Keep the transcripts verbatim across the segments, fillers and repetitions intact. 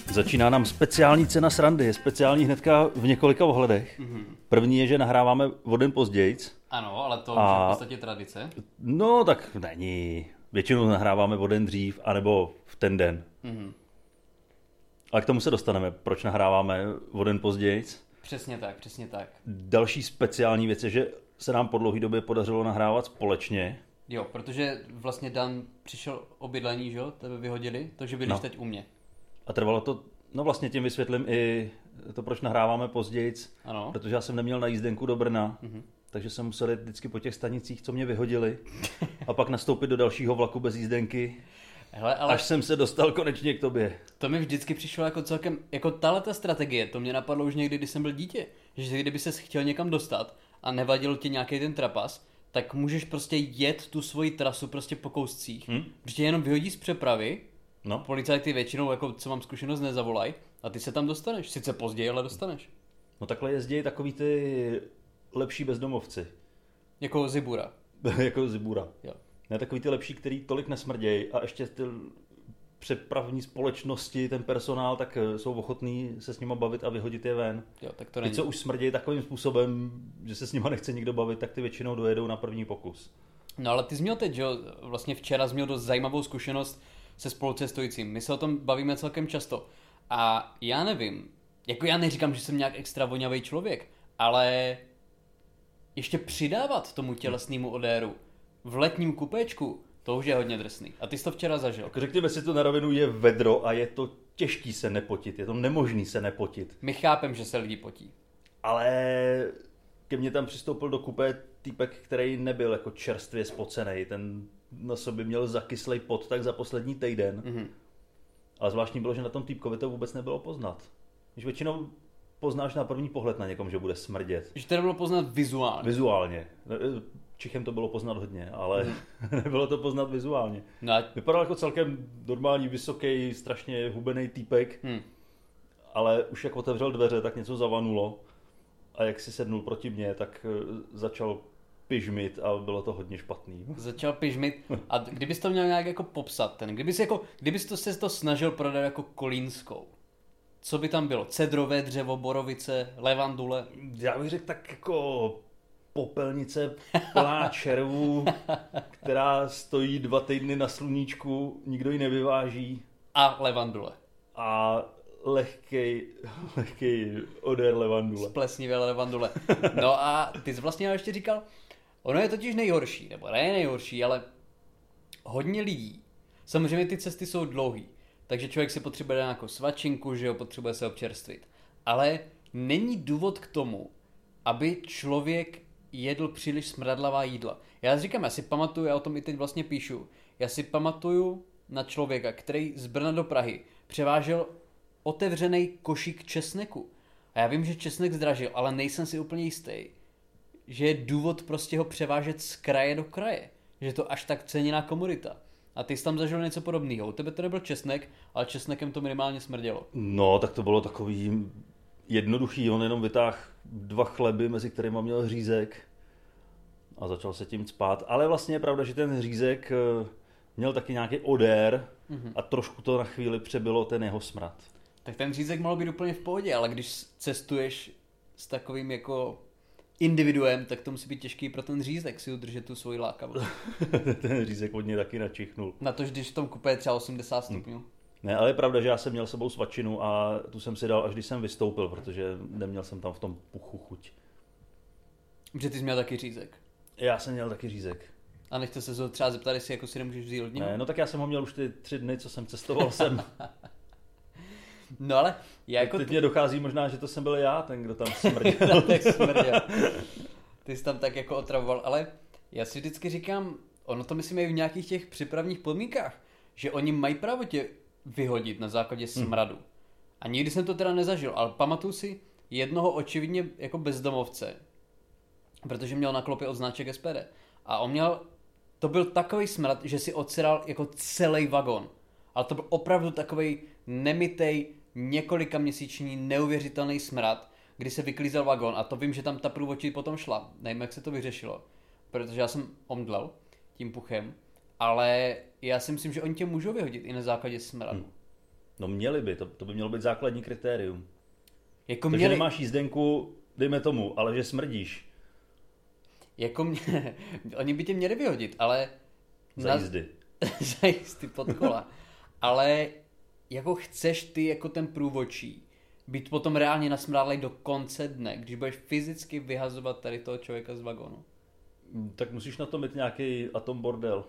Začíná nám speciální cena srandy, je speciální hnedka v několika ohledech. Mm-hmm. První je, že nahráváme o den pozdějc. Ano, ale to a... už je v podstatě tradice. No, tak není. Většinou nahráváme o den dřív, anebo v ten den. Mm-hmm. Ale k tomu se dostaneme, proč nahráváme o den pozdějc. Přesně tak, přesně tak. Další speciální věc je, že se nám po dlouhé době podařilo nahrávat společně. Jo, protože vlastně Dan přišel o bydlení, že jo, tebe vyhodili, takže bydlíš no. teď u mě. A trvalo to, no vlastně tím vysvětlím i to, proč nahráváme pozdějc, ano. Protože já jsem neměl na jízdenku do Brna, mm-hmm. takže jsem musel jít vždycky po těch stanicích, co mě vyhodili, a pak nastoupit do dalšího vlaku bez jízdenky, Hele, ale až jsem se dostal konečně k tobě. To mi vždycky přišlo jako celkem, jako tahleta strategie, to mě napadlo už někdy, když jsem byl dítě, že kdyby ses chtěl někam dostat a nevadil ti nějaký ten trapas, tak můžeš prostě jet tu svoji trasu prostě po kouscích, hmm? Protože jenom vyhodí z přepravy, no. Policajty většinou, jako co mám zkušenost, nezavolají a ty se tam dostaneš, sice později, ale dostaneš. No takhle jezdí takový ty lepší bezdomovci. Jako Zibura. Jako Zibura. Jo. Ne, takový ty lepší, který tolik nesmrdějí a ještě ty přepravní společnosti, ten personál, tak jsou ochotní se s nima bavit a vyhodit je ven. Jo, tak to není. Ty, co už smrdějí takovým způsobem, že se s nima nechce nikdo bavit, tak ty většinou dojedou na první pokus. No ale ty jsi měl teď, že jo, vlastně včera jsi měl dost zajímavou zkušenost se spolucestujícím. My se o tom bavíme celkem často. A já nevím, jako já neříkám, že jsem nějak extra voňavý člověk, ale ještě přidávat tomu tělesnému odéru v letním kupéčku, to už je hodně drsný. A ty jsi to včera zažil. Tak řekněme si to na rovinu, je vedro a je to těžký se nepotit, je to nemožný se nepotit. My chápem, že se lidi potí. Ale ke mně tam přistoupil do kupé týpek, který nebyl jako čerstvě spocenej, ten na sobě měl zakyslej pot tak za poslední týden. Mm-hmm. Ale zvláštní bylo, že na tom týpkovi to vůbec nebylo poznat. Když většinou poznáš na první pohled na někom, že bude smrdět. Že to nebylo poznat vizuálně. Vizuálně. Čichem to bylo poznat hodně, ale mm. nebylo to poznat vizuálně. No a... Vypadal jako celkem normální, vysoký, strašně hubený týpek, mm. ale už jak otevřel dveře, tak něco zavanulo a jak si sednul proti mně, tak začal pyžmit a bylo to hodně špatný. Začal pyžmit a kdybys to měl nějak jako popsat, ten, kdybys, jako, kdybys to se to snažil prodat jako kolínskou, co by tam bylo? Cedrové dřevo, borovice, levandule? Já bych řekl tak jako popelnice plná červů, která stojí dva týdny na sluníčku, nikdo ji nevyváží. A levandule. A lehkej, lehkej odér levandule. Splesnivé levandule. No a ty jsi vlastně ještě říkal, ono je totiž nejhorší, nebo ne nejhorší, ale hodně lidí. Samozřejmě ty cesty jsou dlouhý, takže člověk si potřebuje dát nějakou svačinku, že jo, potřebuje se občerstvit. Ale není důvod k tomu, aby člověk jedl příliš smradlavá jídla. Já si říkám, já si pamatuju, já o tom i teď vlastně píšu, já si pamatuju na člověka, který z Brna do Prahy převážel otevřený košík česneku. A já vím, že česnek zdražil, ale nejsem si úplně jistý, že je důvod prostě ho převážet z kraje do kraje. Že je to až tak ceněná komodita. A ty jsi tam zažil něco podobného. U tebe to nebyl česnek, ale česnekem to minimálně smrdělo. No, tak to bylo takový jednoduchý. On jenom vytáhl dva chleby, mezi kterými měl řízek a začal se tím cpát. Ale vlastně je pravda, že ten řízek měl taky nějaký odér mm-hmm. a trošku to na chvíli přebylo ten jeho smrad. Tak ten řízek mohl být úplně v pohodě, ale když cestuješ s takovým jako individuem, tak to musí být těžký pro ten řízek si udržet tu svoji lákavost. Ten řízek od něj taky načichnul. Na to, když v tom kupé je třeba osmdesát stupňů. Hmm. Ne, ale je pravda, že já jsem měl sebou svačinu a tu jsem si dal, až když jsem vystoupil, protože neměl jsem tam v tom puchu chuť. Že ty jsi měl taky řízek? Já jsem měl taky řízek. A nechce se třeba zeptat, jestli jako si nemůžeš vzít od něho? Ne, no tak já jsem ho měl už ty tři dny, co jsem cestoval sem. No ale já jako... Teď t... mě dochází možná, že to jsem byl já, ten, kdo tam smrděl. tak smrděl. Ty jsi tam tak jako otravoval, ale já si vždycky říkám, ono to myslím i v nějakých těch připravních podmínkách, že oni mají právo tě vyhodit na základě smradu. Hmm. A nikdy jsem to teda nezažil, ale pamatuju si jednoho očividně jako bezdomovce, protože měl na klopě odznáček S P D. A on měl, to byl takový smrad, že si odseral jako celý vagon. Ale to byl opravdu takovej nemytej, několika měsíční neuvěřitelný smrad, kdy se vyklízel vagon a to vím, že tam ta průvodčí potom šla. Nevím, jak se to vyřešilo, protože já jsem omdlel tím puchem, ale já si myslím, že oni tě můžou vyhodit i na základě smradu. Hmm. No měli by, to, to by mělo být základní kritérium. Jako to, měli... že nemáš jízdenku, dejme tomu, ale že smrdíš. Jako mě... Oni by tě měli vyhodit, ale... Za jízdy. Za jízdy pod kola. Ale jako chceš ty jako ten průvodčí být potom reálně nasmrádlej do konce dne, když budeš fyzicky vyhazovat tady toho člověka z vagonu. Tak musíš na to mít nějaký atom bordel.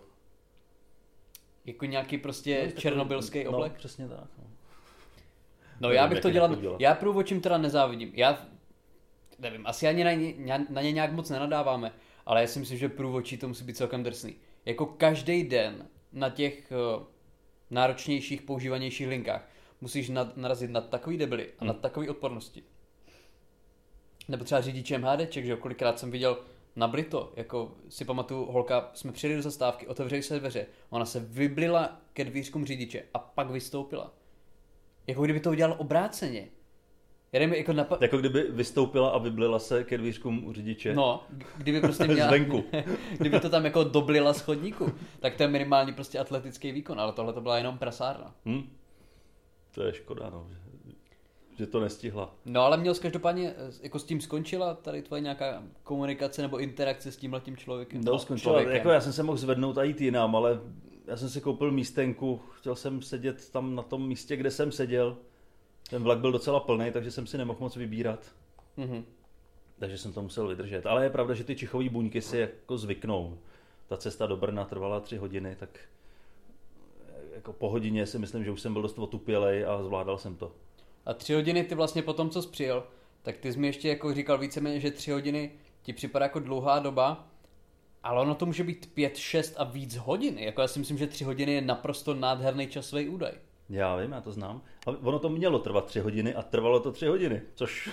Jako nějaký prostě no, černobylský takový, oblek? No, přesně tak. No, no já bych to dělal, já průvodčím teda nezávidím. Já nevím, asi ani na ně, na ně nějak moc nenadáváme, ale já si myslím, že průvodčí to musí být celkem drsný. Jako každý den na těch uh, náročnějších, používanějších linkách musíš nad, narazit na takový debily a hmm. na takový odpornosti. Nebo třeba řidič MHDček, že jo, kolikrát jsem viděl na Brito, jako si pamatuju, holka, jsme přijeli do zastávky, otevřeli se dveře, ona se vyblila ke dvířkům řidiče a pak vystoupila. Jako kdyby to udělal obráceně. Jako, napa- jako kdyby vystoupila a vyblila se ke dvířkům u řidiče. No, kdyby prostě měla... Zvenku. Kdyby to tam jako doblila z chodníku, tak to je minimálně prostě atletický výkon, ale tohle to byla jenom prasárna. Hmm. To je škoda, no, že, že to nestihla. No ale měl jsi každopádně, jako s tím skončila tady tvoje nějaká komunikace nebo interakce s tímhletím člověkem? No, skončila, člověkem. Jako já jsem se mohl zvednout a jít jinam, ale já jsem si koupil místenku, chtěl jsem sedět tam na tom místě, kde jsem seděl. Ten vlak byl docela plný, takže jsem si nemohl moc vybírat. Mm-hmm. Takže jsem to musel vydržet. Ale je pravda, že ty čichový buňky si jako zvyknou. Ta cesta do Brna trvala tři hodiny, tak jako po hodině si myslím, že už jsem byl dost otupělej a zvládal jsem to. A tři hodiny ty vlastně po tom, co jsi přijel, tak ty jsi mi ještě jako říkal víceméně, že tři hodiny ti připadá jako dlouhá doba, ale ono to může být pět, šest a víc hodin. Jako já si myslím, že tři hodiny je naprosto nádherný časový údaj. Já vím, já to znám. Ale ono to mělo trvat tři hodiny a trvalo to tři hodiny, což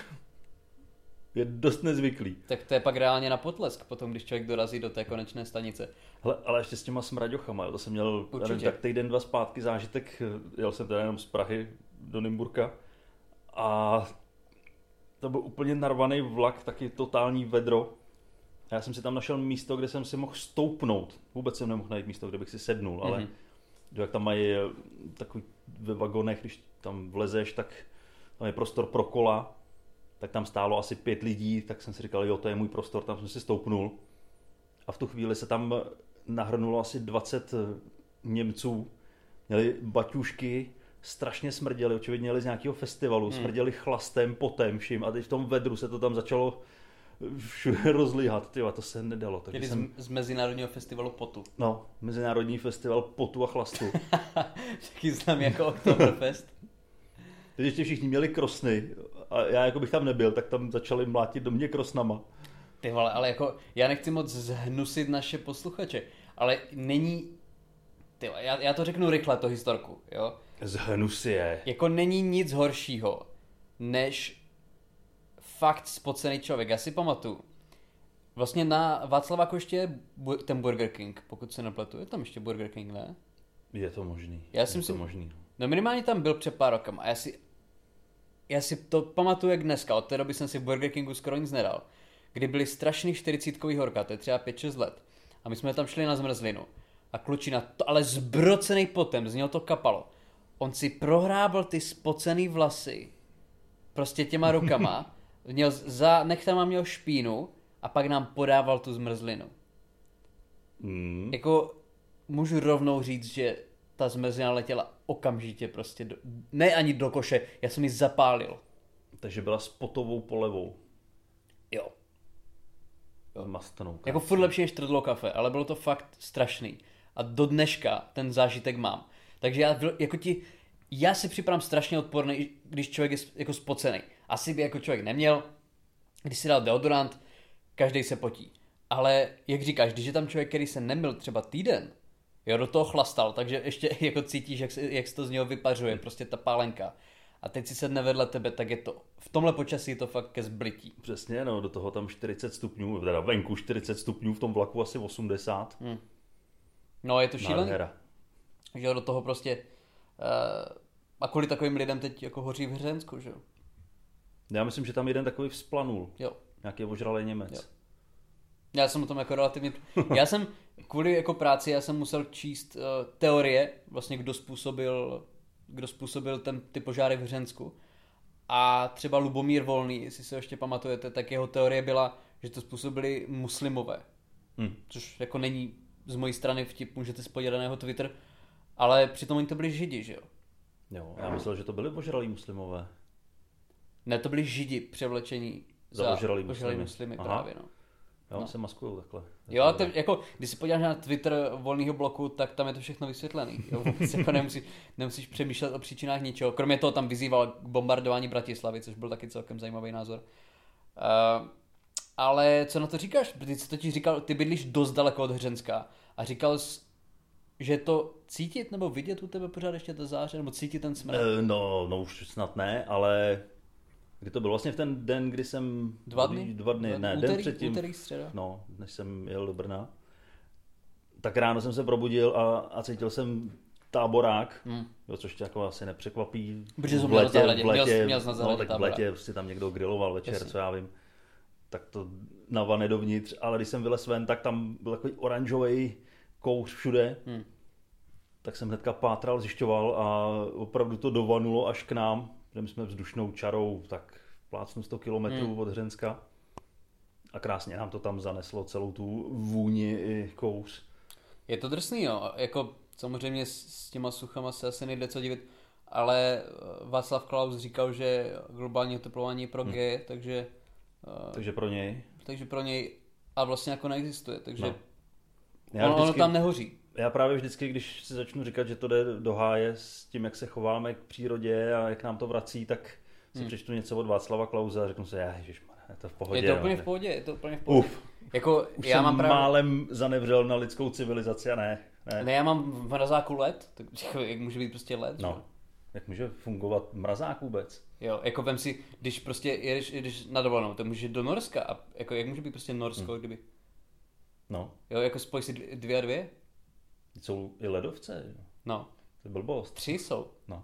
je dost nezvyklý. Tak to je pak reálně na potlesk potom, když člověk dorazí do té konečné stanice. Hele, ale ještě s těma smraďochama, to jsem měl nevím, tak týden, dva zpátky zážitek, jel jsem teda jenom z Prahy do Nymburka a to byl úplně narvaný vlak, taky totální vedro. A já jsem si tam našel místo, kde jsem si mohl stoupnout. Vůbec jsem nemohl najít místo, kde bych si sednul, ale mm-hmm. jak tam mají takový ve vagonech, když tam vlezeš, tak tam je prostor pro kola, tak tam stálo asi pět lidí, tak jsem si říkal, jo, to je můj prostor, tam jsem si stoupnul. A v tu chvíli se tam nahrnulo asi dvacet Němců, měli baťušky, strašně smrděli, očividně jeli z nějakého festivalu, hmm. smrděli chlastem, potem, vším a teď v tom vedru se to tam začalo všude rozlíhat, tyva, to se nedalo. Tedy jsem... z Mezinárodního festivalu potu. No, Mezinárodní festival potu a chlastu. Taky znám jako Oktoberfest. Teď ještě všichni měli krosny a já jako bych tam nebyl, tak tam začali mlátit do mě krosnama. Ty vole, ale jako já nechci moc zhnusit naše posluchače, ale není, ty vole, já, já to řeknu rychle, to historku, jo. Zhnusí je. Jako není nic horšího, než fakt spocený člověk. Já si pamatuju, vlastně na Václaváku ještě je ten Burger King, pokud se nepletu, je tam ještě Burger King, ne? Je to možný. Já si je myslím, to možný. No minimálně tam byl před pár rokem a já si, já si to pamatuju jak dneska, od té doby jsem si v Burger Kingu skoro nic nedal, kdy byly strašný čtyřicítkový horka, to je třeba pět šest let a my jsme tam šli na zmrzlinu a klučina, to ale zbrocený potem, z něho to kapalo. On si prohrábl ty spocený vlasy prostě těma rukama, měl za nechtama měl špínu a pak nám podával tu zmrzlinu. Mm. Jako můžu rovnou říct, že ta zmrzlina letěla okamžitě prostě, do, ne ani do koše, já jsem ji zapálil. Takže byla s potovou polevou. Jo. jo. Mastanou. Jako furt lepší než Trdlo kafe, ale bylo to fakt strašný. A do dneška ten zážitek mám. Takže já, jako ti, já si připadám strašně odporný, když člověk je jako spocený. Asi by jako člověk neměl, když si dal deodorant, každý se potí. Ale jak říkáš, když je tam člověk, který se nemyl třeba týden, jo, do toho chlastal, takže ještě jako cítíš, jak se, jak se to z něho vypařuje, prostě ta pálenka. A teď si sedne vedle tebe, tak je to, v tomhle počasí je to fakt ke zblití. Přesně, no, do toho tam čtyřicet stupňů, teda venku čtyřicet stupňů, v tom vlaku asi osmdesát. Hmm. No, je to šílený. Že jo, do toho prostě, uh, a kvůli takovým lidem teď jako hoří v Hřensku, že jo. Já myslím, že tam jeden takový vzplanul. Jo. Nějaký ožralý Němec. Jo. Já jsem o tom jako relativně... Já jsem kvůli jako práci, já jsem musel číst uh, teorie, vlastně kdo způsobil kdo způsobil ten, ty požáry v Hřensku. A třeba Lubomír Volný, jestli se ještě pamatujete, tak jeho teorie byla, že to způsobili muslimové. Hmm. Což jako není z mojí strany vtip, můžete se podívat na jeho Twitter, ale přitom oni to byli židi, že jo? Jo, já myslel, že to byli požralí muslimové. Ne, to byli židi převlečení za, za požralí muslimy, muslimy právě, no. Jo, no. se maskujou takhle. Jo, to, jako, když si podíváš na Twitter Volného bloku, tak tam je to všechno vysvětlený. Jo, jako nemusí, nemusíš přemýšlet o příčinách ničeho. Kromě toho tam vyzýval k bombardování Bratislavy, což byl taky celkem zajímavý názor. Uh, ale co na to říkáš? Ty jsi totiž říkal, ty bydlíš dost daleko od Hřenska a říkal jsi, že to cítit nebo vidět u tebe pořád ještě to záře, nebo cítit ten smrad? Uh, no, no už snad ne, ale kdy to byl vlastně v ten den, kdy jsem... Dva dny? Dva dny, ne, úterý, den předtím. Úterý, středa. No, než jsem jel do Brna. Tak ráno jsem se probudil a, a cítil jsem táborák, hmm. jo, což tě jako asi nepřekvapí. Protože jsem měl na zahradě, měl, měl na no, tak v létě si tam někdo griloval večer, Jasně. co já vím. Tak to na vane dovnitř, ale když jsem vylez ven, tak tam byl takový oranžový kous všude. Hmm. Tak jsem hnedka pátral, zjišťoval a opravdu to dovanulo až k nám. Že my jsme vzdušnou čarou tak plácnu sto kilometrů hmm. od Hřenska. A krásně nám to tam zaneslo celou tu vůni i kous. Je to drsný, jo. Jako samozřejmě s těma suchama se asi nejde co divit, ale Václav Klaus říkal, že globální oteplování je pro hmm. geje, takže... Takže pro něj. Takže pro něj a vlastně jako neexistuje, takže no. Já ono, vždycky, ono tam nehoří. Já právě vždycky, když si začnu říkat, že to jde do háje s tím, jak se chováme k přírodě a jak nám to vrací, tak si hmm. přečtu něco od Václava Klause a řeknu si, ježišmarja, je to v pohodě. Je to úplně no, v pohodě, je to úplně v pohodě. Uf, jako, už já jsem mám právě... málem zanevřel na lidskou civilizaci a ne. Ne, ne já mám v mrazáku led, tak jak může být prostě led? No, jak může fungovat mrazák vůbec? Jo, jako vem si, když prostě jedeš, jedeš na dovolenou, to může do Norska a jako jak může být prostě Norsko, hmm. kdyby... No. Jo, jako spoj si dvě a dvě? Jsou i ledovce, jo. No. To je blbost. Tři jsou. No.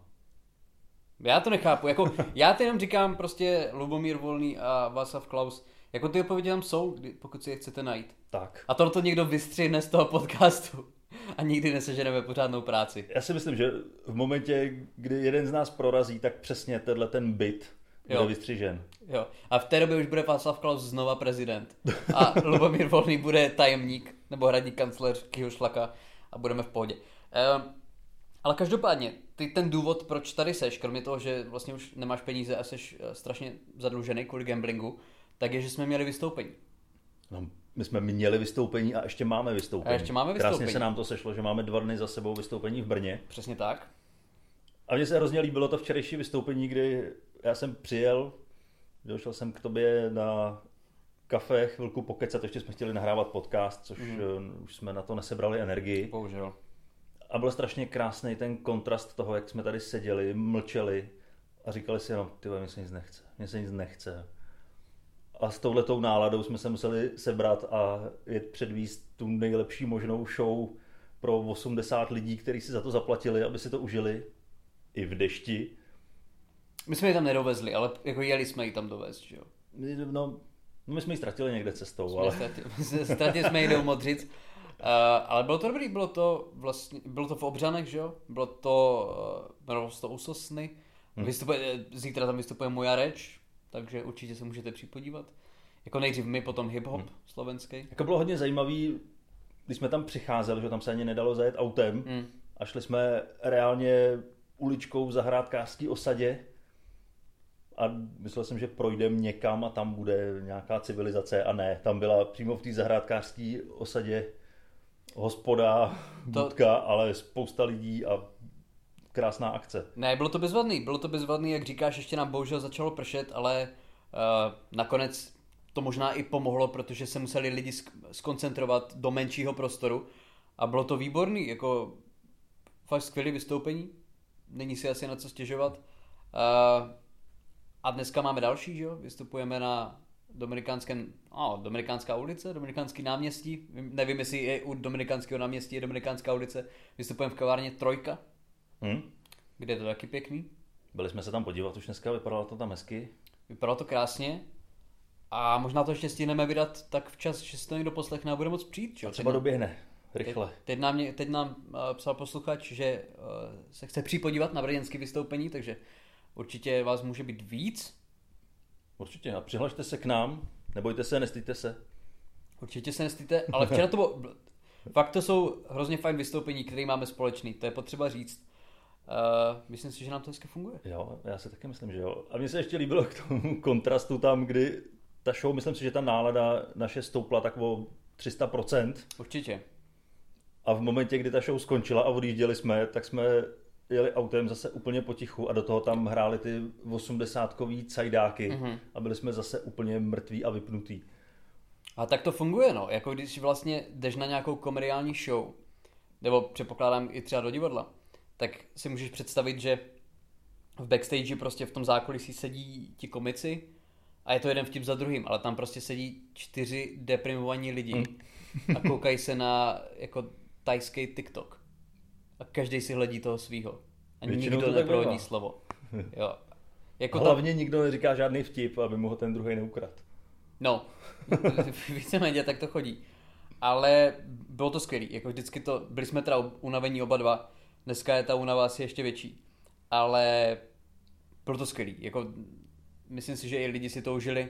Já to nechápu, jako já to jenom říkám prostě Lubomír Volný a Václav Klaus, jako ty odpovědi tam jsou, pokud si je chcete najít. Tak. A tohle někdo vystřihne z toho podcastu a nikdy neseženeme pořádnou práci. Já si myslím, že v momentě, kdy jeden z nás prorazí, tak přesně tenhle ten byt bude jo. vystřižen. Jo. A v té době už bude Václav Klaus znova prezident. A Lubomír Volný bude tajemník nebo hradní kancléř Kyho Šlaka a budeme v pohodě. Ehm, ale každopádně, ty ten důvod, proč tady seš, kromě toho, že vlastně už nemáš peníze a seš strašně zadlužený kvůli gamblingu, tak je, že jsme měli vystoupení. No, my jsme měli vystoupení a ještě máme vystoupení. A ještě máme vystoupení. Krásně se nám to sešlo, že máme dva dny za sebou vystoupení v Brně. Přesně tak. A mně se hrozně líbilo to včerejší vystoupení, kdy já jsem přijel, došel jsem k tobě na kafe, chvilku pokecat, ještě jsme chtěli nahrávat podcast, což mm. už jsme na to nesebrali energii. Bohužel. A byl strašně krásný ten kontrast toho, jak jsme tady seděli, mlčeli a říkali si, no, tyhle, mně se nic nechce, mně se nic nechce. A s touhletou náladou jsme se museli sebrat a jet předvíst tu nejlepší možnou show pro osmdesát lidí, kteří si za to zaplatili, aby si to užili i v dešti. My jsme ji tam nedovezli, ale jako jeli jsme ji tam dovést, že jo? No, no my jsme ji ztratili někde cestou, jsme ale... Ztratili, ztratili jsme ji do Modřic, uh, ale bylo to dobrý, bylo to vlastně, bylo to v Obřanech, že jo? Bylo to, uh, jmenovalo se to u Sosny. Hmm. Vystupuje, zítra tam vystupuje Moja reč, takže určitě se můžete připodívat. Jako nejdřív my, potom hip-hop hmm. slovenský. Jako bylo hodně zajímavý, když jsme tam přicházeli, že tam se ani nedalo zajet autem hmm. a šli jsme reálně uličkou v zahrádkářské osadě a myslel jsem, že projdeme někam a tam bude nějaká civilizace a ne, tam byla přímo v té zahrádkářské osadě hospoda, budka, to... ale spousta lidí a krásná akce. Ne, bylo to bezvadný, bylo to bezvadný, jak říkáš, ještě nám bohužel začalo pršet, ale uh, nakonec to možná i pomohlo, protože se museli lidi skoncentrovat do menšího prostoru a bylo to výborný, jako fakt skvělé vystoupení, není si asi na co stěžovat. Uh, a dneska máme další, že jo, vystupujeme na Dominikánském, oh, Dominikánská ulice, Dominikánský náměstí, nevím, jestli je u Dominikánského náměstí je Dominikánská ulice, vystupujeme v kavárně Trojka. Hmm? Kde je to taky pěkný. Byli jsme se tam podívat už dneska, vypadalo to tam hezky. Vypadalo to krásně a možná to ještě stihneme vydat tak včas, že si to někdo poslechne a bude moc přijít. Čo? A třeba doběhne. Rychle. Teď, teď nám, teď nám uh, psal posluchač, že uh, se chce připodívat na brněnské vystoupení, takže určitě vás může být víc. Určitě. A přihlašte se k nám. Nebojte se, nestýďte se. Určitě se nestýďte, ale včera to bylo... Fakt to jsou hrozně fajn vystoupení, které máme společný. To je potřeba říct. Uh, myslím si, že nám to hezky funguje. Jo, já si taky myslím, že jo. A mně se ještě líbilo k tomu kontrastu tam, kdy ta show, myslím si, že ta nálada naše stoupla tak o tři sta procent. Určitě. A v momentě, kdy ta show skončila a odjížděli jsme, tak jsme jeli autem zase úplně potichu a do toho tam hráli ty osmdesátkový cajdáky mm-hmm. a byli jsme zase úplně mrtví a vypnutí. A tak to funguje, no. Jako když vlastně jdeš na nějakou komediální show, nebo předpokládám i třeba do divadla, tak si můžeš představit, že v backstage prostě v tom zákulisí sedí ti komici a je to jeden vtip za druhým, ale tam prostě sedí čtyři deprimovaní lidi a koukají se na jako tajský TikTok. A každý si hledí toho svýho. A Většinou nikdo neprohodí slovo. Jo. Jako hlavně ta... nikdo neříká žádný vtip, aby mu ho ten druhý neukradl. No, víceméně tak to chodí. Ale bylo to skvělý. Jako vždycky to, byli jsme teda unavení oba dva. Dneska je ta únava asi ještě větší. Ale bylo to skvělý. Jako, myslím si, že i lidi si to užili.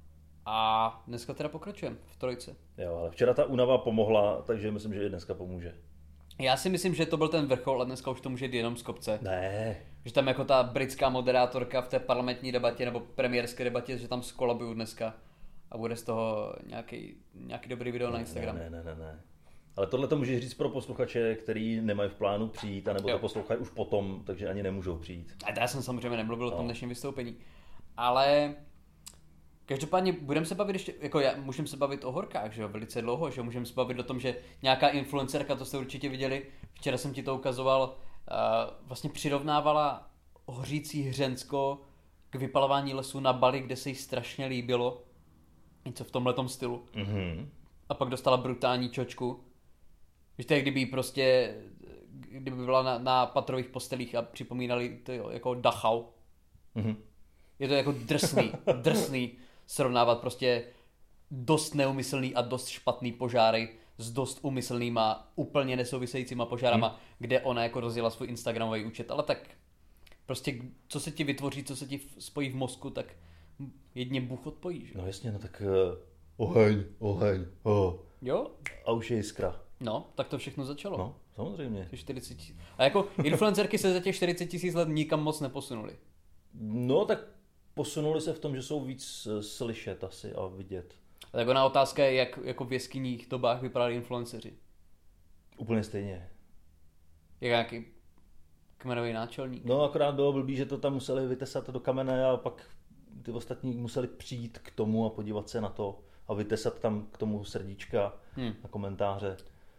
A dneska teda pokračujeme v trojce. Jo, ale včera ta únava pomohla, takže myslím, že i dneska pomůže. Já si myslím, že to byl ten vrchol a dneska už to může jít jenom z kopce. Ne. Že tam jako ta britská moderátorka v té parlamentní debatě nebo premiérské debatě, že tam skolabuju dneska a bude z toho nějaký, nějaký dobrý video ne, na Instagram. Ne, ne, ne, ne. Ale tohle to můžeš říct pro posluchače, který nemají v plánu přijít, anebo jo. to poslouchají už potom, takže ani nemůžou přijít. A já jsem samozřejmě nemluvil no. o tom dnešním vystoupení. Ale každopádně budeme se bavit ještě, jako já můžeme se bavit o horkách, že jo, velice dlouho, že jo, můžeme se bavit o tom, že nějaká influencerka, to jste určitě viděli, včera jsem ti to ukazoval, uh, vlastně přirovnávala hořící Hřensko k vypalování lesů na Bali, kde se jí strašně líbilo, něco v tomhletom stylu. Mm-hmm. A pak dostala brutální čočku. Víš, to je kdyby prostě, kdyby byla na, na patrových postelích a připomínali to jo, jako Dachau. Mm-hmm. Je to jako drsný, drsný srovnávat prostě dost neumyslný a dost špatný požáry s dost umyslnýma, úplně nesouvisejícíma požárama, hmm. kde ona jako rozjela svůj instagramový účet, ale tak prostě co se ti vytvoří, co se ti spojí v mozku, tak jedně Bůh odpojí, že? No jasně, no tak uh, oheň, oheň, oh. Jo? A už je jiskra. No, tak to všechno začalo. No, samozřejmě. čtyřicet tisíc. A jako influencerky se za těch čtyřicet tisíc let nikam moc neposunuli. No tak posunuli se v tom, že jsou víc slyšet asi a vidět. Tak ona otázka je, jak jako v jeskyních dobách vypadali influenceři. Úplně stejně. Jak nějaký kmenový náčelník. No akorát bylo blbý, že to tam museli vytesat do kamene a pak ty ostatní museli přijít k tomu a podívat se na to a vytesat tam k tomu srdíčka hmm. a komentáře.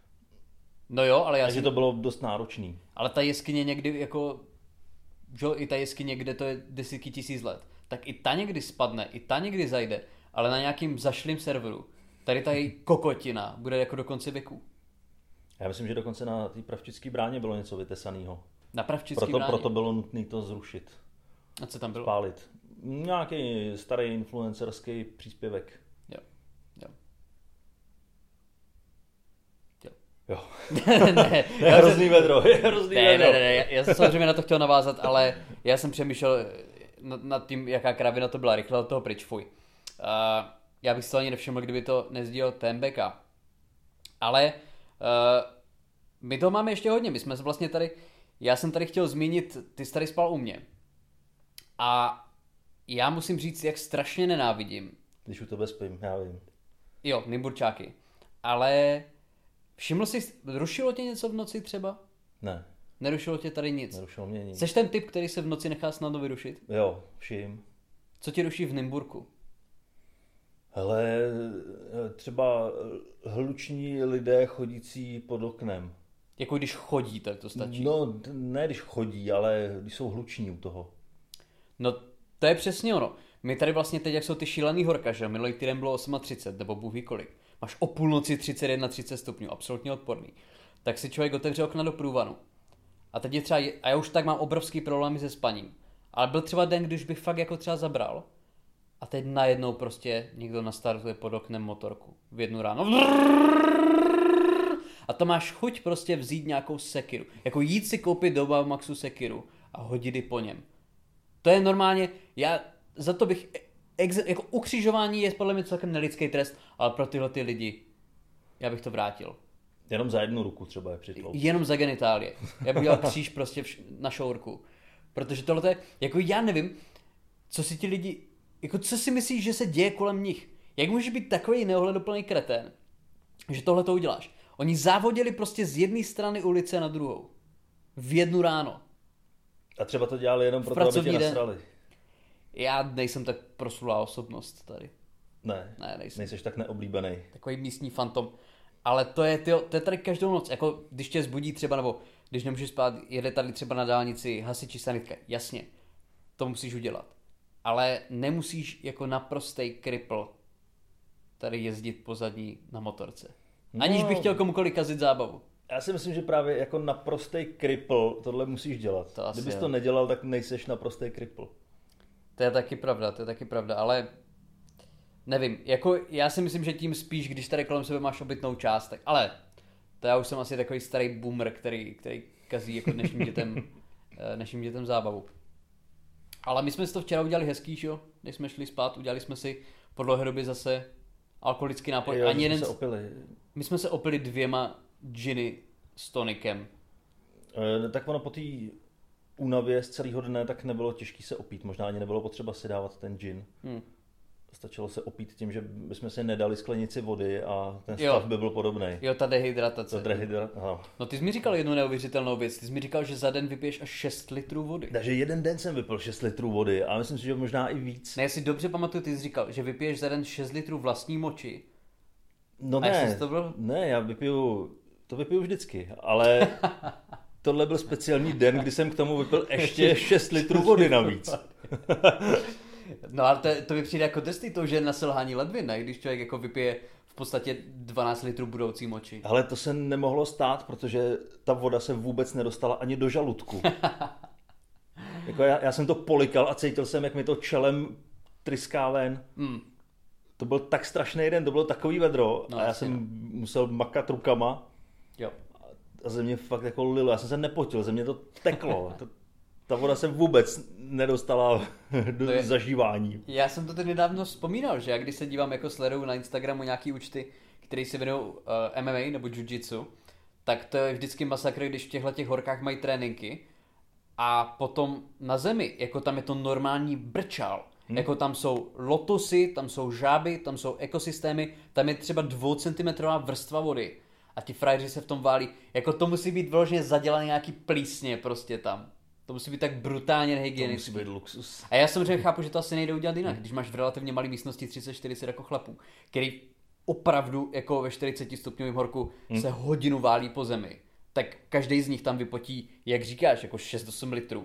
No jo, ale já Takže jsem... to bylo dost náročný. Ale ta jeskyně někdy jako, že i ta jeskyně, kde to je desítky tisíc let, tak i ta někdy spadne, i ta někdy zajde, ale na nějakým zašlým serveru. Tady ta její kokotina bude jako do konce věku. Já myslím, že dokonce na té Pravčické bráně bylo něco vytesaného. Na Pravčické proto, bráně? Proto bylo nutné to zrušit. A co tam bylo? Spálit. Nějaký starý influencerský příspěvek. Jo. Jo. Jo. Jo. ne, je hrozný vedro, je hrozný ne, vedro. Ne, ne, ne, já jsem samozřejmě na to chtěl navázat, ale já jsem přemýšlel nad, nad tím, jaká kravina to byla, rychle od toho pryč, fuj. Uh, já bych si to ani nevšiml, kdyby to nezdílel T M B K. Ale uh, my to máme ještě hodně, my jsme se vlastně tady, já jsem tady chtěl zmínit, ty jsi tady spal u mě. A já musím říct, jak strašně nenávidím. Když u tebe spím, já vím. Jo, Nymburčáky. Ale všiml jsi, rušilo tě něco v noci třeba? Ne. Nerušilo tě tady nic? Nerušilo mě nic. Jseš ten typ, který se v noci nechá snadno vyrušit? Jo, všim. Co tě ruší v Nymburku? Hele, třeba hluční lidé chodící pod oknem. Jako když chodí, tak to stačí. No, ne když chodí, ale když jsou hluční u toho. No, to je přesně ono. My tady vlastně teď, jak jsou ty šílený horka, že minulý týden bylo třicet osm, nebo Bůh ví kolik. Máš o půlnoci třicet jedna třicet stupňů, absolutně odporný. Tak si člověk otevře okna do průvanu. A teď je třeba, a já už tak mám obrovský problémy se spaním. Ale byl třeba den, když bych fakt jako třeba zabral. A teď najednou prostě někdo nastartuje pod oknem motorku. V jednu ráno. A A to máš chuť prostě vzít nějakou sekiru. Jako jít si koupit do Baumaxu sekiru a hodit ji po něm. To je normálně, já za to bych, ex, jako ukřižování je podle mě celkem nelidský trest, ale pro tyhle ty lidi, já bych to vrátil. Jenom za jednu ruku třeba je přitlouk. Jenom za genitálie. Já bych dělal kříž prostě vš- na šourku. Protože tohle je, jako já nevím, co si ti lidi, jako co si myslíš, že se děje kolem nich? Jak může být takový neohleduplný kretén, že tohle to uděláš? Oni závodili prostě z jedné strany ulice na druhou. V jednu ráno. A třeba to dělali jenom proto, aby tě nasrali. Já nejsem tak proslulá osobnost tady. Ne, ne nejsem. Nejseš tak neoblíbený. Takový místní fantom. Ale to je, tyjo, to je tady každou noc. Jako když tě zbudí třeba, nebo když nemůžeš spát, jede tady třeba na dálnici hasiči sanitka. Jasně, to musíš udělat. Ale nemusíš jako naprostej kripl tady jezdit pozadí na motorce. Aniž no, bych chtěl komukoliv kazit zábavu. Já si myslím, že právě jako naprostej kripl tohle musíš dělat. To Kdybys je. to nedělal, tak nejseš naprostej kripl. To je taky pravda, to je taky pravda, ale nevím, jako já si myslím, že tím spíš, když tady kolem sebe máš obytnou část, tak, ale to já už jsem asi takový starý boomer, který, který kazí jako dnešním dětem, dnešním dětem zábavu. Ale my jsme si to včera udělali hezký, že jo? Když jsme šli spát, udělali jsme si po dlouhé době zase alkoholický nápoj. Jo, Ani jsme jeden... se opili. My jsme se opili dvěma džiny s tonikem. E, tak ono po té únavě z celého dne tak nebylo těžké se opít. Možná ani nebylo potřeba si dávat ten džin. Hmm. Stačilo se opít tím, že bychom si nedali sklenici vody a ten stav jo. by byl podobný. Jo, ta dehydratace. Ta dehydra... No ty jsi mi říkal jednu neuvěřitelnou věc. Ty jsi mi říkal, že za den vypiješ až šest litrů vody. Takže jeden den jsem vypil šest litrů vody a myslím si, že možná i víc. Ne, já si dobře pamatuju, ty jsi říkal, že vypiješ za den šest litrů vlastní moči. No a ne, to byl... ne, já vypiju, to vypiju vždycky, ale tohle byl speciální den, kdy jsem k tomu vypil ještě šest litrů vody navíc. No ale to, to mi přijde jako testy to, že je na selhání ledvin, ne? Když člověk jako vypije v podstatě dvanáct litrů budoucí moči. Ale to se nemohlo stát, protože ta voda se vůbec nedostala ani do žaludku. Jako já, já jsem to polikal a cítil jsem, jak mi to čelem tryská ven. Hmm. To byl tak strašný den, to bylo takový vedro no, a já jsem no. musel makat rukama. Jo. A ze mě fakt jako lilo, já jsem se nepotil, ze mě to teklo. To, ta voda se vůbec nedostala do je, zažívání. Já jsem to teď nedávno vzpomínal, že já když se dívám, jako sleduju na Instagramu nějaký účty, který se věnují uh, M M A nebo jiu-jitsu, tak to je vždycky masakr, když v těchto těch horkách mají tréninky a potom na zemi, jako tam je to normální brčál. Hmm. Jako tam jsou lotusy, tam jsou žáby, tam jsou ekosystémy, tam je třeba dvoucentimetrová vrstva vody. A ti frajeři se v tom válí. Jako to musí být vyloženě zadělaný nějaký plísně prostě tam. To musí být tak brutálně nehygienický. To musí být luxus. A já samozřejmě chápu, že to asi nejde udělat jinak, hmm. když máš v relativně malé místnosti třicet čtyřicet jako chlapů, který opravdu jako ve čtyřiceti stupňovém horku hmm. se hodinu válí po zemi. Tak každý z nich tam vypotí, jak říkáš, jako šest osm litrů.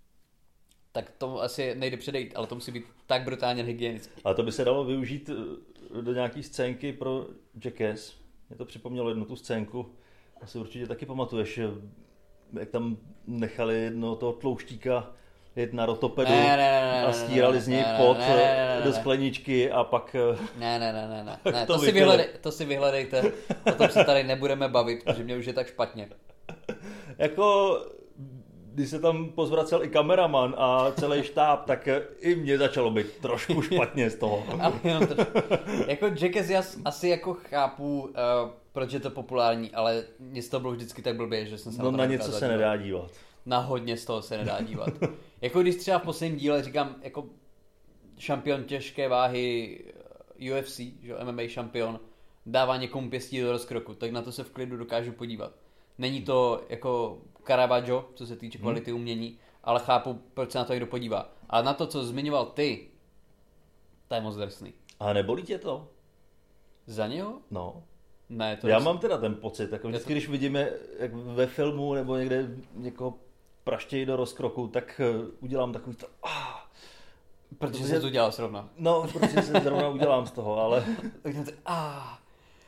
Tak to asi nejde předejít, ale to musí být tak brutálně hygienický. Ale to by se dalo využít do nějaký scénky pro Jackass. Mě to připomnělo jednu tu scénku. Asi určitě taky pamatuješ, jak tam nechali jednoho toho tlouštíka jet na rotopedu ne, ne, ne, a stírali ne, z něj ne, pot ne, ne, ne, do skleničky a pak... Ne, ne, ne, ne, ne. ne to, si vyhledej, to si vyhledejte, o tom se tady nebudeme bavit, protože mě už je tak špatně. Jako... Když se tam pozvracel i kameraman a celý štáb, tak i mě začalo být trošku špatně z toho. Ale jenom trošku. Jako Jackass já asi jako chápu, uh, proč je to populární, ale mě z toho bylo vždycky tak blbě, že jsem se no, na to na něco se nedá dívat. Na hodně z toho se nedá dívat. Jako když třeba v posledním díle říkám, jako šampion těžké váhy U F C, že M M A šampion, dává někomu pěstí do rozkroku, tak na to se v klidu dokážu podívat. Není to jako Caravaggio, co se týče kvality hmm. umění, ale chápu, proč se na to někdo podívá. Ale na to, co zmiňoval ty, to je moc drsný. A nebolí tě to? Za něho? No. Ne, to Já jest... mám teda ten pocit, jako vždycky, to... když vidíme jak ve filmu nebo někde někoho praštějí do rozkroku, tak udělám takový to... Ah, protože se to udělal zrovna. No, protože se zrovna udělám z toho, ale... ah.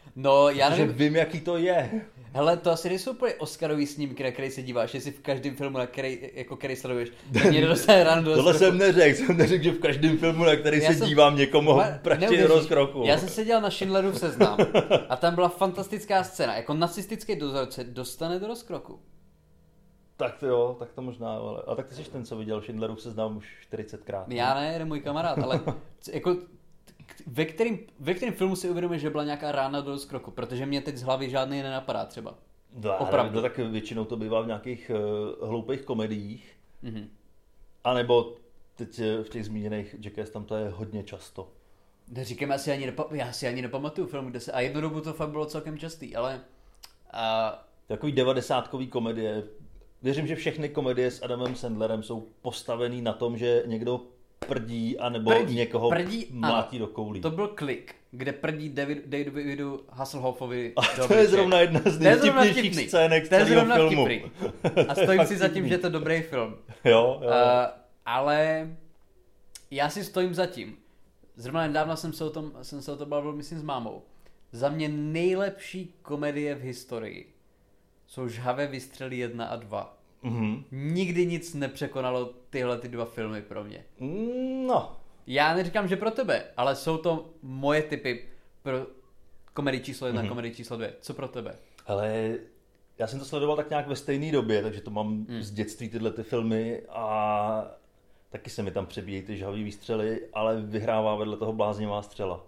No, já Protože nevím. vím, jaký to je. Hele, to asi nejsou úplně Oscarový snímky, na který se díváš, jestli v každém filmu, na který, jako který sleduješ, tak mě dostane ráno do Tohle rozkroku. jsem neřekl, jsem neřekl, že v každém filmu, na který Já se jsem- dívám, někomu Ale praští do neuvěříš, rozkroku. Já jsem seděl na Schindlerův seznam a tam byla fantastická scéna, jako nacistický dozorce dostane do rozkroku. Tak to jo, tak to možná, ale... A tak ty jsi ten, co viděl Schindlerův seznam už čtyřicetkrát. Já ne, jeden můj kamarád, ale c- jako k- ve kterým, ve kterým filmu si uvědomíš, že byla nějaká rána do rozkroku, protože mě teď z hlavy žádný nenapadá třeba. No, Opravdu. no, tak většinou to bývá v nějakých uh, hloupých komediích. Mhm. A nebo teď eh, v těch zmíněných Jackass tam to je hodně často. Neříkám, já si ani, nepa- já si ani nepamatuju film, kde se, a jednu dobu to fakt bylo celkem častý, ale a, Takový devadesátkový komedie. Věřím, že všechny komedie s Adamem Sandlerem jsou postavený na tom, že někdo prdí anebo Prdí, někoho prdí, mlátí ano. do koulí. to byl Klik, kde prdí David, Davidu Hasselhoffovi A do to je obličeje. zrovna jedna z To je zrovna nejvtipnějších vtipný. scének z To je celého zrovna filmu. vtipný. A stojím si za tím, že je to dobrý film. Jo, jo. Uh, ale já si stojím za tím. Zrovna nedávno jsem se o tom, jsem se o tom bavil, myslím, s mámou. Za mě nejlepší komedie v historii jsou Žhavé výstřely jedna a dva. Mhm. Nikdy nic nepřekonalo tyhle ty dva filmy pro mě. No, Já neříkám, že pro tebe, ale jsou to moje typy pro komedii číslo jedna, mm-hmm. komedii číslo dvě. Co pro tebe? ale já jsem to sledoval tak nějak ve stejné době, takže to mám Hmm. z dětství tyhle ty filmy a taky se mi tam přebíjejí ty žhavý výstřely, ale vyhrává vedle toho bláznivá střela.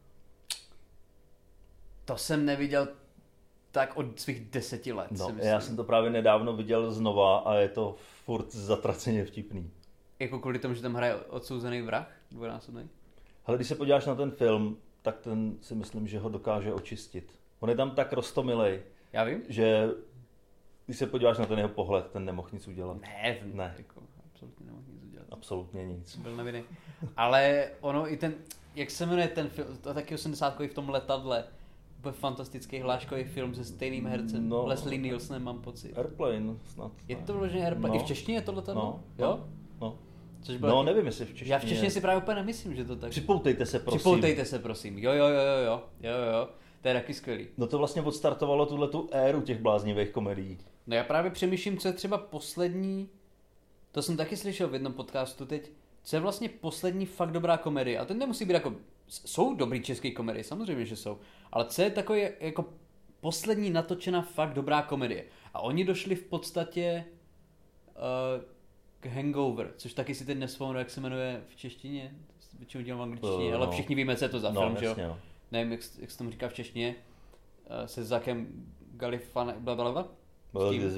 To jsem neviděl tak od svých deseti let. No, si myslím. já jsem to právě nedávno viděl znova a je to furt zatraceně vtipný. Jako kvůli tomu, že tam hraje odsouzený vrah, dvojnásobný. Ale když se podíváš na ten film, tak ten si myslím, že ho dokáže očistit. On je tam tak roztomilej, Já vím? že když se podíváš na ten jeho pohled, ten nemohl nic udělat. Ne, Ne. Jako, absolutně nemohl nic udělat. Absolutně nic. Byl nevinný. Ale ono i ten, jak se jmenuje ten film, to je taky osmdesátkový v tom letadle, byl fantastický hláškový film se stejným hercem, No. Leslie Nielsenem, mám pocit. Airplane snad. Je ne. to vložený Airplane? No. I v češtině je to letadlo? No, Jo? no. Což bylo No, taky- nevím, jestli v češtině. Já v češtině si právě úplně nemyslím, že to tak. Připoutejte se, prosím. Připoutejte se, prosím. Jo, jo, jo, jo, jo, jo, jo, jo. To je taky skvělý. No to vlastně odstartovalo tuhle tu éru těch bláznivých komedií. No já právě přemýšlím, co je třeba poslední, to jsem taky slyšel v jednom podcastu teď, co je vlastně poslední fakt dobrá komedie. A to nemusí být jako, jsou dobrý český komedie, samozřejmě, že jsou. Ale co je takový jako poslední natočená fakt dobrá komedie. A oni došli v podstatě uh, k Hangover, což taky si teď nevzpomenu, jak se jmenuje v češtině. Většinou dělám v angličtině, Uh, ale no. všichni víme, co je to za No, film, že jo? jasně, no. Nevím, jak, jak se tomu říká v češtině. Uh, se Zakem Galifianem, blablabla. S tím?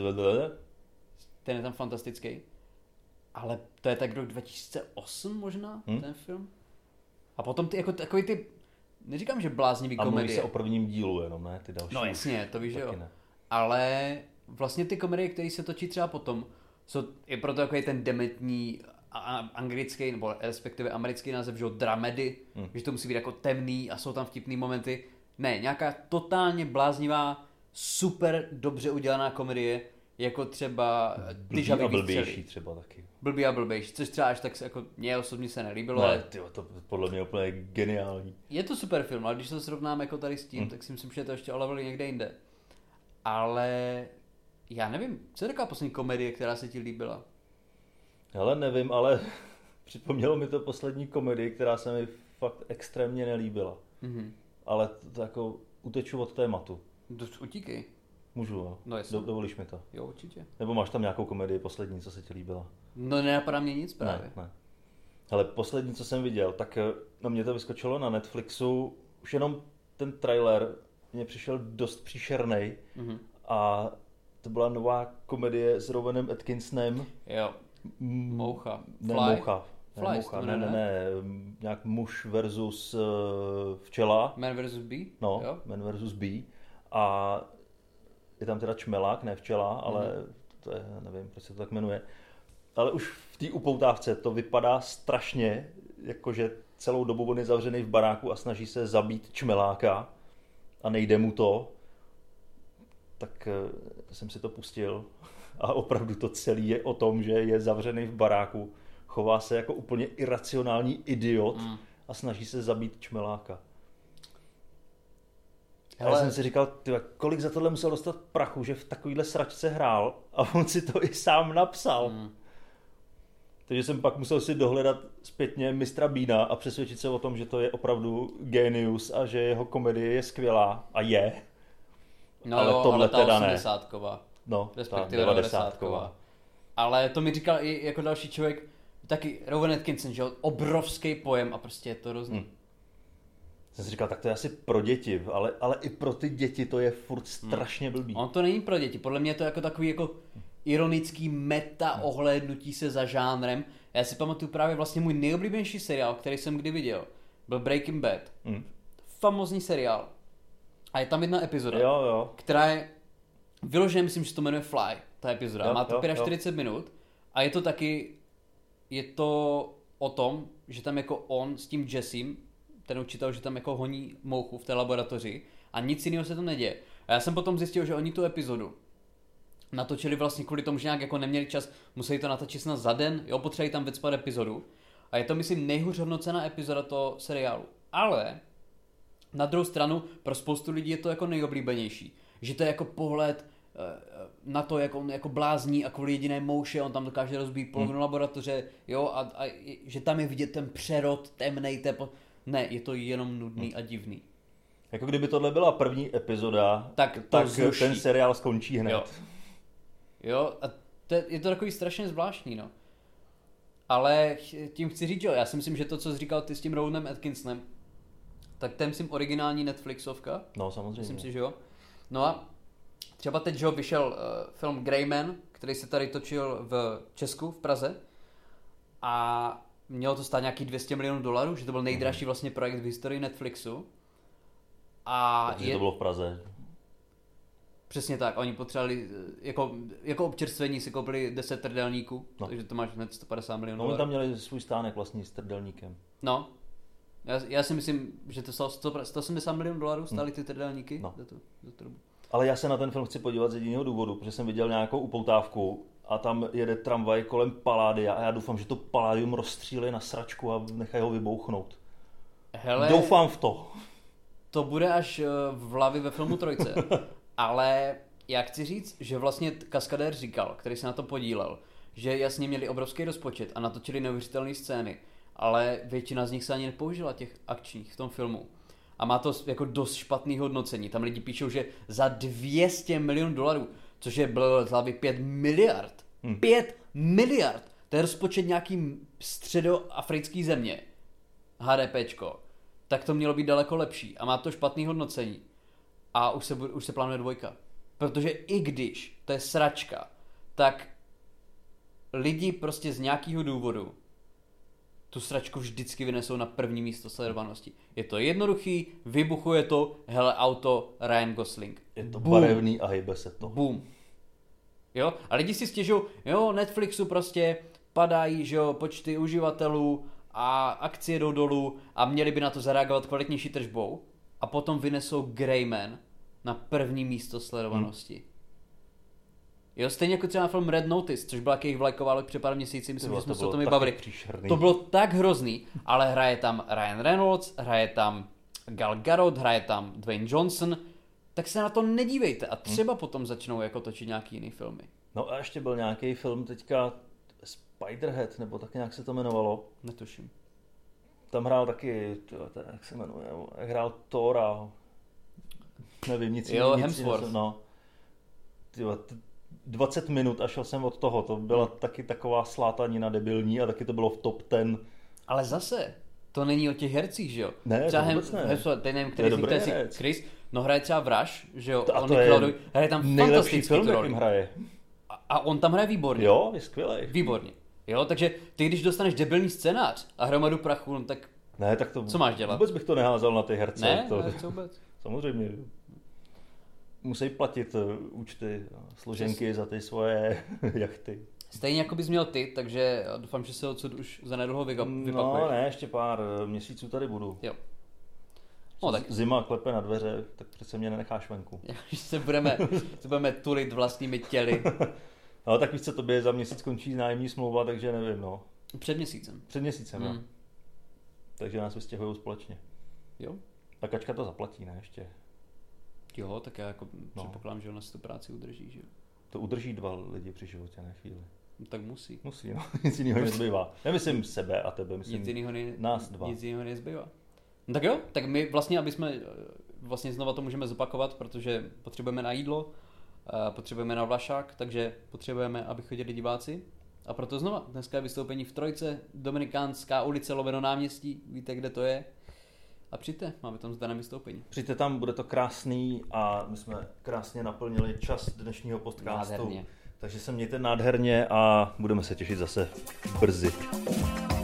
Ten je tam fantastický. Ale to je tak rok dva tisíce osm možná, Hmm. ten film. A potom ty, jako takový ty, neříkám, že bláznivý A mluví komedie. se o prvním dílu jenom, ne? Ty další. No jasně, to víš, že jo. taky ne. Ale vlastně ty komedie, které se točí třeba potom, jsou, je proto takový ten dementní a- a- anglický, nebo respektive americký název, že jo, dramedy, Hmm. že to musí být jako temný a jsou tam vtipný momenty. Ne, nějaká totálně bláznivá, super dobře udělaná komedie, jako třeba Ty Blbý žavý a výstřely. blbější třeba taky. Blbý a blbější, což třeba až tak se jako mě osobně se nelíbilo, Ne, ale tyjo, to podle mě je úplně geniální. je to super film, ale když to srovnám jako tady s tím, Hmm. tak si myslím, že je to ještě o level někde jinde. Ale já nevím, co je taková poslední komedie, která se ti líbila? Ale nevím, ale připomnělo mi to poslední komedii, která se mi fakt extrémně nelíbila. Mhm. Ale to, to jako uteču od tématu. Dost utíkej. Můžu, jo? No jasně. Do, dovolíš mi to? Jo, určitě. Nebo máš tam nějakou komedii poslední, co se ti líbila? No nenapadá mě nic právě. Ne, ne. Ale poslední, co jsem viděl, tak eh, na mě to vyskočilo na Netflixu. Už jenom ten trailer mě přišel dost příšernej. Mhm. A to byla nová komedie s Rowanem Atkinsonem. Jo, Mm, Moucha. Ne, Fly. moucha. Ne, Fly, moucha. to Ne, ne, jmenuje, ne. Nějak muž versus uh, včela. Man versus. Bee? No, Jo? man versus bee. A je tam teda čmelák, ne včela, ale Mhm. to je, nevím, proč se to tak jmenuje. Ale už v té upoutávce to vypadá strašně, jakože celou dobu on je zavřený v baráku a snaží se zabít čmeláka a nejde mu to. Tak eh, jsem si to pustil a opravdu to celé je o tom, že je zavřený v baráku, chová se jako úplně iracionální idiot Mm. a snaží se zabít čmeláka. Hele, já jsem si říkal, tyva, kolik za tohle musel dostat prachu, že v takovýhle sračce hrál a on si to i sám napsal. Hmm. Takže jsem pak musel si dohledat zpětně mistra Beana a přesvědčit se o tom, že to je opravdu genius a že jeho komedie je skvělá a je. No ale jo, tohle ale ta teda osmdesátková. Ne. No, respektive devadesátková. Ale to mi říkal i jako další člověk, taky Rowan Atkinson, že obrovský pojem a prostě je to hrozný. Hmm. Jsem si říkal, tak to je asi pro děti, ale, ale i pro ty děti to je furt strašně blbý. On to není pro děti, podle mě je to jako takový jako ironický meta ohlédnutí se za žánrem. Já si pamatuju právě vlastně můj nejoblíbenější seriál, který jsem kdy viděl, byl Breaking Bad. Hmm. Famózní seriál. A je tam jedna epizoda, jo, jo. která je vyloženě, myslím, že se to jmenuje Fly, ta epizoda. Jo, má to čtyřicet pět minut a je to taky, je to o tom, že tam jako on s tím Jessem, ten učitel, že tam jako honí mouchu v té laboratoři a nic jiného se tam neděje. A já jsem potom zjistil, že oni tu epizodu natočili vlastně kvůli tomu, že nějak jako neměli čas, museli to natočit snad za den, jo, potřebovali tam vycpat epizodu. A je to, myslím, nejhůř hodnocená epizoda toho seriálu. Ale na druhou stranu pro spoustu lidí je to jako nejoblíbenější. Že to je jako pohled na to, jak on jako blázní a kvůli jediné mouše, on tam dokáže rozbít polovinu hmm. laboratoře, jo, a, a že tam je vidět ten přerod temnej, tepo... Ne, je to jenom nudný hmm. a divný. Jako kdyby tohle byla první epizoda, tak, tak ten seriál skončí hned. Jo, jo a to je, je to takový strašně zvláštní, no. Ale tím chci říct, jo, já si myslím, že to, co jsi říkal ty s tím Rowanem Atkinsonem, tak ten myslím originální Netflixovka. No, samozřejmě. Myslím si, že jo. No a třeba teď, že vyšel uh, film Greyman, který se tady točil v Česku, v Praze. A mělo to stát nějaký dvě stě milionů dolarů, že to byl nejdražší vlastně projekt v historii Netflixu. A Takže je... to bylo v Praze. Přesně tak, oni potřebovali, jako, jako občerstvení si koupili deset trdelníků, no. Takže to máš hned sto padesát milionů no, dolarů. Oni tam měli svůj stánek vlastní s trdelníkem. No, já, já si myslím, že to stalo sto osmdesát milionů dolarů stály ty trdelníky no. za tu, za tu dobu. Ale já se na ten film chci podívat z jediného důvodu, protože jsem viděl nějakou upoutávku a tam jede tramvaj kolem Palladia a já doufám, že to Palladium rozstřílí na sračku a nechají ho vybouchnout. Hele, doufám v to. To bude až v Lavi ve filmu Trojce. Ale já chci říct, že vlastně kaskadér říkal, který se na to podílel, že jasně měli obrovský rozpočet a natočili neuvěřitelné scény, ale většina z nich se ani nepoužila těch akčních v tom filmu. A má to jako dost špatný hodnocení. Tam lidi píšou, že za dvě stě milionů dolarů, což je bylo z hlavy pět miliard. Hmm. pět miliard! To je rozpočet nějaký středoafrický země. HDPčko. Tak to mělo být daleko lepší. A má to špatný hodnocení. A už se, už se plánuje dvojka. Protože i když to je sračka, tak lidi prostě z nějakého důvodu tu sračku vždycky vynesou na první místo sledovanosti. Je to jednoduchý, vybuchuje to, hele auto, Ryan Gosling. Je to Boom. Barevný a hejbe se to. Boom. Jo? A lidi si stěžují, jo, Netflixu prostě padají, že jo, počty uživatelů a akcie jdou dolů a měli by na to zareagovat kvalitnější tržbou a potom vynesou Greyman na první místo sledovanosti. Hmm. Jo, stejně jako třeba film Red Notice, což byla jejich vlajková loď před pár měsíci, myslím, Tyba, že jsme to se o tom i taky bavili. příšerný. To bylo tak hrozný, ale hraje tam Ryan Reynolds, hraje tam Gal Gadot, hraje tam Dwayne Johnson, tak se na to nedívejte a třeba hmm. potom začnou jako točit nějaký jiný filmy. No a ještě byl nějaký film teďka Spiderhead, nebo tak nějak se to jmenovalo. Netuším. Tam hrál taky, tyjo, to, jak se jmenuje, hrál Thora, nevím, nic jiného. Jo, nic Hemsworth. Nic, no. Tyjo, dvacet minut a šel jsem od toho, to byla hmm. taky taková slátanina debilní a taky to bylo v top ten. Ale zase, to není o těch hercích, že jo? Ne, třeba to vůbec ne. Hemsworth, teď nevím, který to je z nich, to Chris, no hraje třeba Vraž, že jo? To, a on to je Claudio, hraje tam nejlepší film, jakým hraje. A, a on tam hraje výborně. Jo, je skvělej. Výborně. Jo, takže ty, když dostaneš debilní scénář a hromadu prachu, no tak ne, tak to co máš dělat? Vůbec bych to neházel na ty herce. Ne, to, ne, co vůbec? Samozřejmě. Musí platit účty, složenky Přes. za ty svoje jachty. Stejně jako bys měl ty, takže doufám, že se odsud už zanedlouho vypakuješ. No ne, ještě pár měsíců tady budu. Jo. No, tak. Zima klepe na dveře, tak přece mě nenecháš venku. Když se budeme, se budeme tulit vlastními těly. No tak víš co, tobě za měsíc končí nájemní smlouva, takže nevím, no. Před měsícem. Před měsícem, hmm. jo. Takže nás vystěhují společně. Jo. A Kačka to zaplatí, ne, ještě? Jo, tak já jako No. předpokládám, že ona si tu práci udrží, že jo. To udrží dva lidi při životě na chvíli. No, tak musí. Musí, no. Nic jiného nezbývá. Nemyslím sebe a tebe, myslím Nic jiného ne, nás dva. Nic jiného nezbývá. No tak jo, tak my vlastně, aby jsme, vlastně znova to můžeme zopakovat, protože potřebujeme na jídlo, potřebujeme na vlašák, takže potřebujeme, aby chodili diváci. A proto znova, dneska je vystoupení v Trojce, Dominikánská ulice, lomeno náměstí, víte, kde to je. A přijďte, máme tam zdané vystoupení. Přijďte tam, bude to krásný a my jsme krásně naplnili čas dnešního podcastu. Nádherně. Takže se mějte nádherně a budeme se těšit zase brzy.